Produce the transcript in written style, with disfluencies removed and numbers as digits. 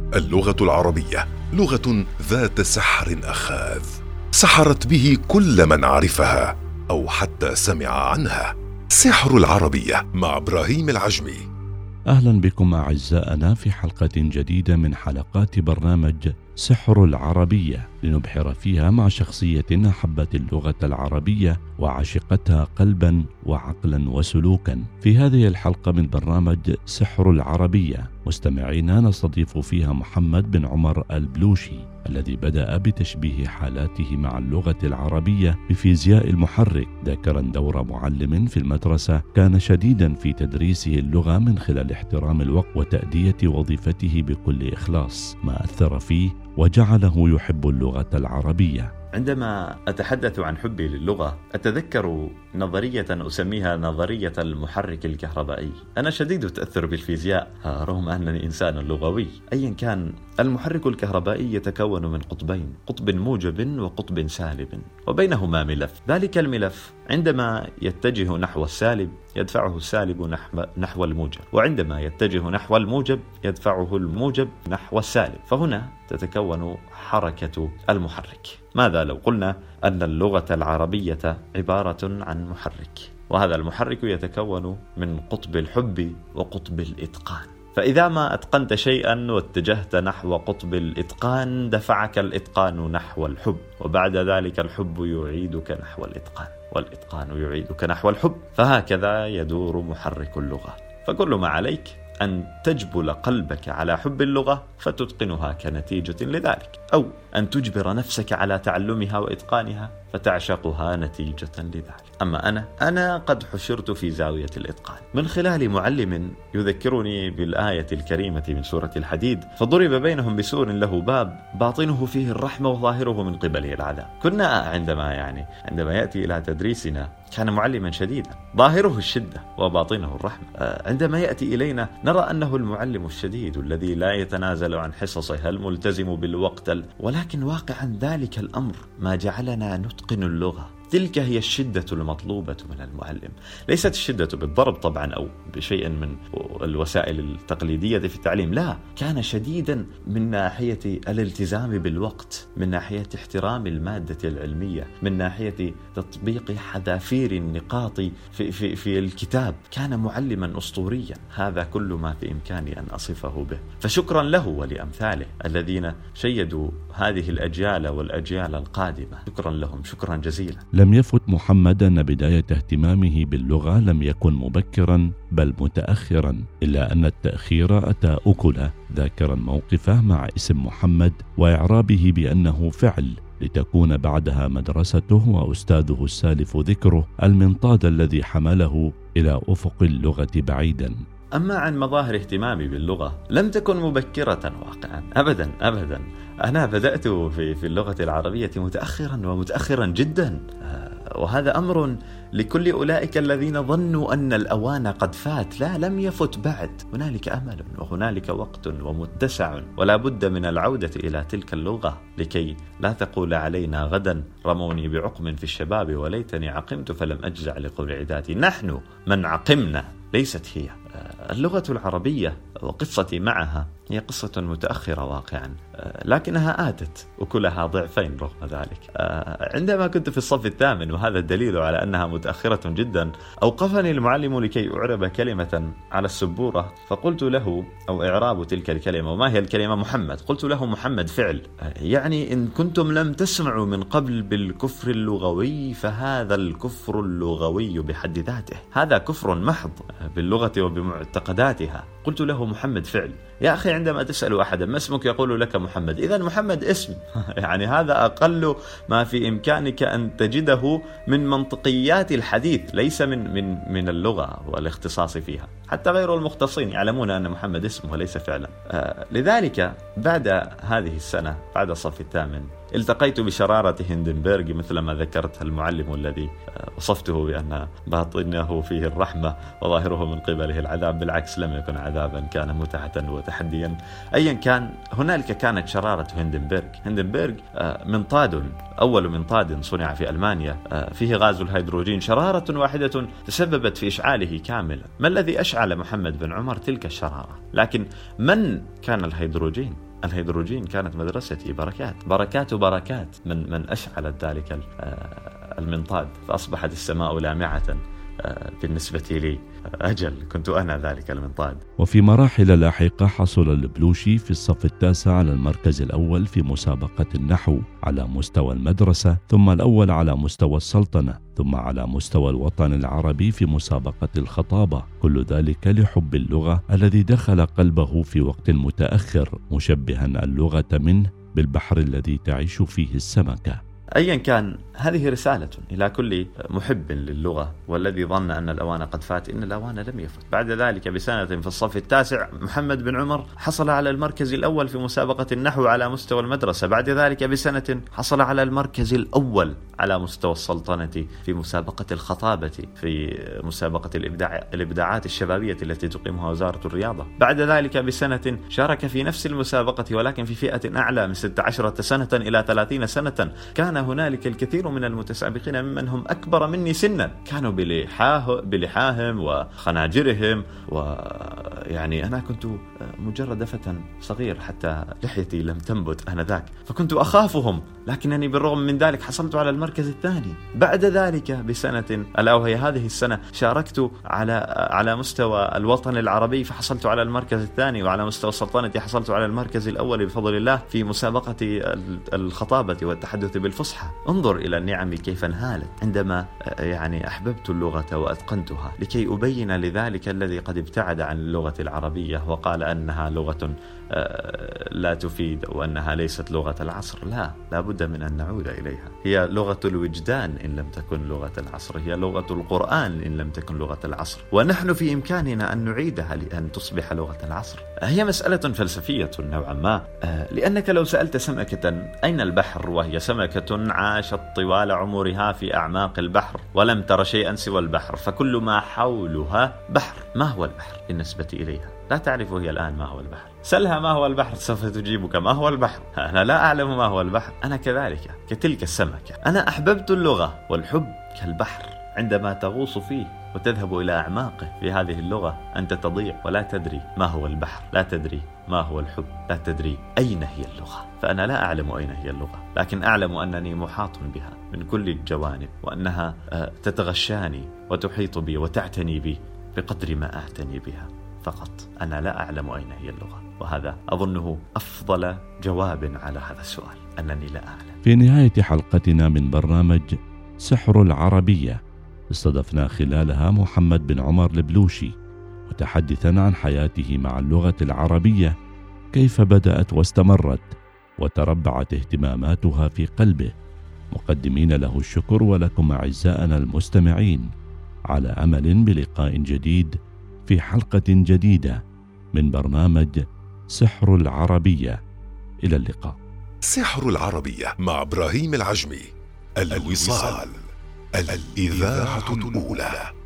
اللغة العربية لغة ذات سحر أخاذ، سحرت به كل من عرفها أو حتى سمع عنها. سحر العربية مع إبراهيم العجمي. أهلا بكم أعزائنا في حلقة جديدة من حلقات برنامج سحر العربية، لنبحر فيها مع شخصية أحبت اللغة العربية وعشقتها قلبا وعقلا وسلوكا. في هذه الحلقة من برنامج سحر العربية مستمعينا نستضيف فيها محمد بن عمر البلوشي، الذي بدأ بتشبيه حالاته مع اللغة العربية بفيزياء المحرك، ذاكرا دور معلم في المدرسة كان شديدا في تدريسه اللغة من خلال احترام الوقت وتأدية وظيفته بكل إخلاص، ما أثر فيه وجعله يحب اللغة العربية. عندما أتحدث عن حبي للغة أتذكر نظرية أسميها نظرية المحرك الكهربائي. أنا شديد التأثر بالفيزياء رغم أنني إنسان لغوي. أيا كان، المحرك الكهربائي يتكون من قطبين، قطب موجب وقطب سالب، وبينهما ملف. ذلك الملف عندما يتجه نحو السالب يدفعه السالب نحو الموجب، وعندما يتجه نحو الموجب يدفعه الموجب نحو السالب. فهنا تتكون حركة المحرك. ماذا لو قلنا أن اللغة العربية عبارة عن محرك، وهذا المحرك يتكون من قطب الحب وقطب الإتقان. فإذا ما أتقنت شيئا واتجهت نحو قطب الإتقان دفعك الإتقان نحو الحب، وبعد ذلك الحب يعيدك نحو الإتقان، والإتقان يعيدك نحو الحب، فهكذا يدور محرك اللغة. فكل ما عليك أن تجبل قلبك على حب اللغة فتتقنها كنتيجة لذلك، أو أن تجبر نفسك على تعلمها وإتقانها فتعشقها نتيجة لذلك. أما أنا قد حشرت في زاوية الإتقان من خلال معلم يذكرني بالآية الكريمة من سورة الحديد: فضرب بينهم بسور له باب باطنه فيه الرحمة وظاهره من قبله العذاب. كنا عندما يأتي إلى تدريسنا كان معلما شديدا ظاهره الشدة وباطنه الرحمة. عندما يأتي إلينا نرى أنه المعلم الشديد الذي لا يتنازل عن حصصه، الملتزم بالوقت، ولكن واقعا ذلك الأمر ما جعلنا نتقن اللغة. تلك هي الشدة المطلوبة من المعلم، ليست الشدة بالضرب طبعا أو بشيء من الوسائل التقليدية في التعليم، لا، كان شديدا من ناحية الالتزام بالوقت، من ناحية احترام المادة العلمية، من ناحية تطبيق حذافير النقاط في الكتاب. كان معلما أسطوريا، هذا كل ما في إمكاني أن أصفه به. فشكرا له ولأمثاله الذين شيدوا هذه الأجيال والأجيال القادمة، شكرا لهم، شكرا جزيلا. لم يفت محمد أن بداية اهتمامه باللغة لم يكن مبكرا بل متأخرا، إلا أن التأخير أتى أكله، ذاكرا موقفه مع اسم محمد وإعرابه بأنه فعل، لتكون بعدها مدرسته وأستاذه السالف ذكره المنطاد الذي حمله إلى أفق اللغة بعيدا. أما عن مظاهر اهتمامي باللغة لم تكن مبكرة واقعا، أبدا أبدا. أنا بدأت في اللغة العربية متأخرا جدا، وهذا أمر لكل أولئك الذين ظنوا أن الأوان قد فات. لا، لم يفت بعد، هنالك أمل وهنالك وقت ومتسع، ولا بد من العودة إلى تلك اللغة لكي لا تقول علينا غدا رموني بعقم في الشباب وليتني عقمت فلم أجزع لقول عداتي. نحن من عقمنا، ليست هي. اللغة العربية وقصتي معها هي قصة متأخرة واقعا، لكنها آتت وكلها ضعفين رغم ذلك. عندما كنت في الصف الثامن، وهذا الدليل على أنها متأخرة جدا، أوقفني المعلم لكي أعرب كلمة على السبورة، فقلت له، أو إعراب تلك الكلمة، وما هي الكلمة؟ محمد. قلت له: محمد فعل، يعني إن كنتم لم تسمعوا من قبل بالكفر اللغوي فهذا الكفر اللغوي بحد ذاته، هذا كفر محض باللغة وبمعتقداتها. قلت له: محمد فعل. يا أخي، عندما تسأل أحدا ما اسمك يقول لك محمد، إذا محمد اسم. يعني هذا أقل ما في إمكانك أن تجده من منطقيات الحديث، ليس من اللغة والاختصاص فيها. حتى غير المختصين يعلمون أن محمد اسم وليس فعلا. لذلك بعد هذه السنة، بعد الصف الثامن، التقيت بشرارة هندنبرغ مثل ما ذكرت المعلم الذي وصفته بأن باطنه فيه الرحمة وظاهره من قبله العذاب. بالعكس، لم يكن عذابا، كان متعة وتحديا. أيا كان، هنالك كانت شرارة هندنبرغ منطاد، أول منطاد صنع في ألمانيا فيه غاز الهيدروجين، شرارة واحدة تسببت في إشعاله كاملا. ما الذي أشعل محمد بن عمر؟ تلك الشرارة. لكن من كان الهيدروجين؟ الهيدروجين كانت مدرستي، بركات من أشعلت ذلك المنطاد، فأصبحت السماء لامعة بالنسبة لي. أجل كنت أنا ذلك المنطاد. وفي مراحل لاحقة حصل البلوشي في الصف التاسع على المركز الأول في مسابقة النحو على مستوى المدرسة، ثم الأول على مستوى السلطنة، ثم على مستوى الوطن العربي في مسابقة الخطابة، كل ذلك لحب اللغة الذي دخل قلبه في وقت متأخر، مشبها اللغة منه بالبحر الذي تعيش فيه السمكة. أيا كان، هذه رسالة إلى كل محب للغة والذي ظن أن الأوان قد فات. إن الأوان لم يفت. بعد ذلك بسنة في الصف التاسع محمد بن عمر حصل على المركز الأول في مسابقة النحو على مستوى المدرسة. بعد ذلك بسنة حصل على المركز الأول على مستوى السلطنة في مسابقة الخطابة، في مسابقة الإبداعات الشبابية التي تقيمها وزارة الرياضة. بعد ذلك بسنة شارك في نفس المسابقة ولكن في فئة أعلى من 16 سنة إلى 30 سنة. كان هنالك الكثير من المتسابقين ممن هم أكبر مني سنا، كانوا بلحاهم وخناجرهم، ويعني أنا كنت مجرد فتى صغير، حتى لحيتي لم تنبت آنذاك، فكنت أخافهم، لكنني بالرغم من ذلك حصلت على المركز الثاني. بعد ذلك بسنة، ألا وهي هذه السنة، شاركت على مستوى الوطن العربي فحصلت على المركز الثاني، وعلى مستوى السلطنة حصلت على المركز الأول بفضل الله في مسابقة الخطابة والتحدث بالفصحى. انظر إلى النعم كيف انهالت عندما أحببت اللغة وأتقنتها، لكي أبين لذلك الذي قد ابتعد عن اللغة العربية وقال أنها لغة لا تفيد وأنها ليست لغة العصر. لا بد من أن نعود إليها. هي لغة الوجدان إن لم تكن لغة العصر، هي لغة القرآن إن لم تكن لغة العصر، ونحن في إمكاننا أن نعيدها لأن تصبح لغة العصر. هي مسألة فلسفية نوعا ما، لأنك لو سألت سمكة أين البحر وهي سمكة عاشت طوال عمرها في أعماق البحر ولم تر شيئا سوى البحر، فكل ما حولها بحر، ما هو البحر بالنسبة إليها؟ لا تعرف هي الآن ما هو البحر. سلها ما هو البحر سوف تجيبك ما هو البحر. أنا لا أعلم ما هو البحر. أنا كذلك كتلك السمكة، أنا أحببت اللغة، والحب كالبحر عندما تغوص فيه وتذهب إلى أعماقه في هذه اللغة أنت تضيع ولا تدري ما هو البحر، لا تدري ما هو الحب، لا تدري أين هي اللغة. فأنا لا أعلم أين هي اللغة، لكن أعلم أنني محاط بها من كل الجوانب، وأنها تتغشاني وتحيط بي وتعتني بي بقدر ما أعتني بها. فقط أنا لا أعلم أين هي اللغة، وهذا أظنه أفضل جواب على هذا السؤال، أنني لا أعلم. في نهاية حلقتنا من برنامج سحر العربية استضفنا خلالها محمد بن عمر البلوشي، متحدثا عن حياته مع اللغة العربية، كيف بدأت واستمرت وتربعت اهتماماتها في قلبه، مقدمين له الشكر ولكم أعزائنا المستمعين، على أمل بلقاء جديد في حلقة جديدة من برنامج سحر العربية. إلى اللقاء. سحر العربية مع إبراهيم العجمي. الوصال، الإذاعة الأولى.